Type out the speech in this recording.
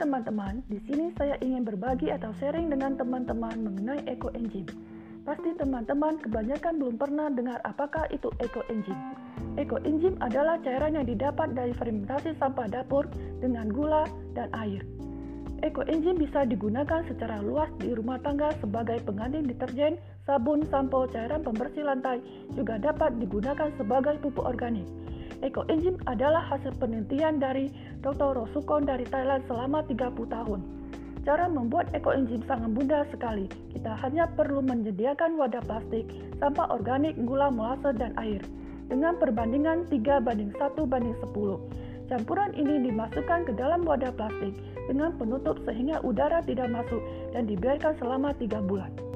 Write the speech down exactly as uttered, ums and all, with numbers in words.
teman-teman, di sini saya ingin berbagi atau sharing dengan teman-teman mengenai ekoenzim. Pasti teman-teman kebanyakan belum pernah dengar apakah itu ekoenzim. Ekoenzim adalah cairan yang didapat dari fermentasi sampah dapur dengan gula dan air. Ekoenzim bisa digunakan secara luas di rumah tangga sebagai pengganti deterjen, sabun, sampo, cairan pembersih lantai, juga dapat digunakan sebagai pupuk organik. Ekoenzim adalah hasil penelitian dari doktor Rosukon dari Thailand selama tiga puluh tahun. Cara membuat ekoenzim sangat mudah sekali. Kita hanya perlu menyediakan wadah plastik, sampah organik, gula, molase, dan air dengan perbandingan tiga banding satu banding sepuluh. Campuran ini dimasukkan ke dalam wadah plastik dengan penutup sehingga udara tidak masuk dan dibiarkan selama tiga bulan.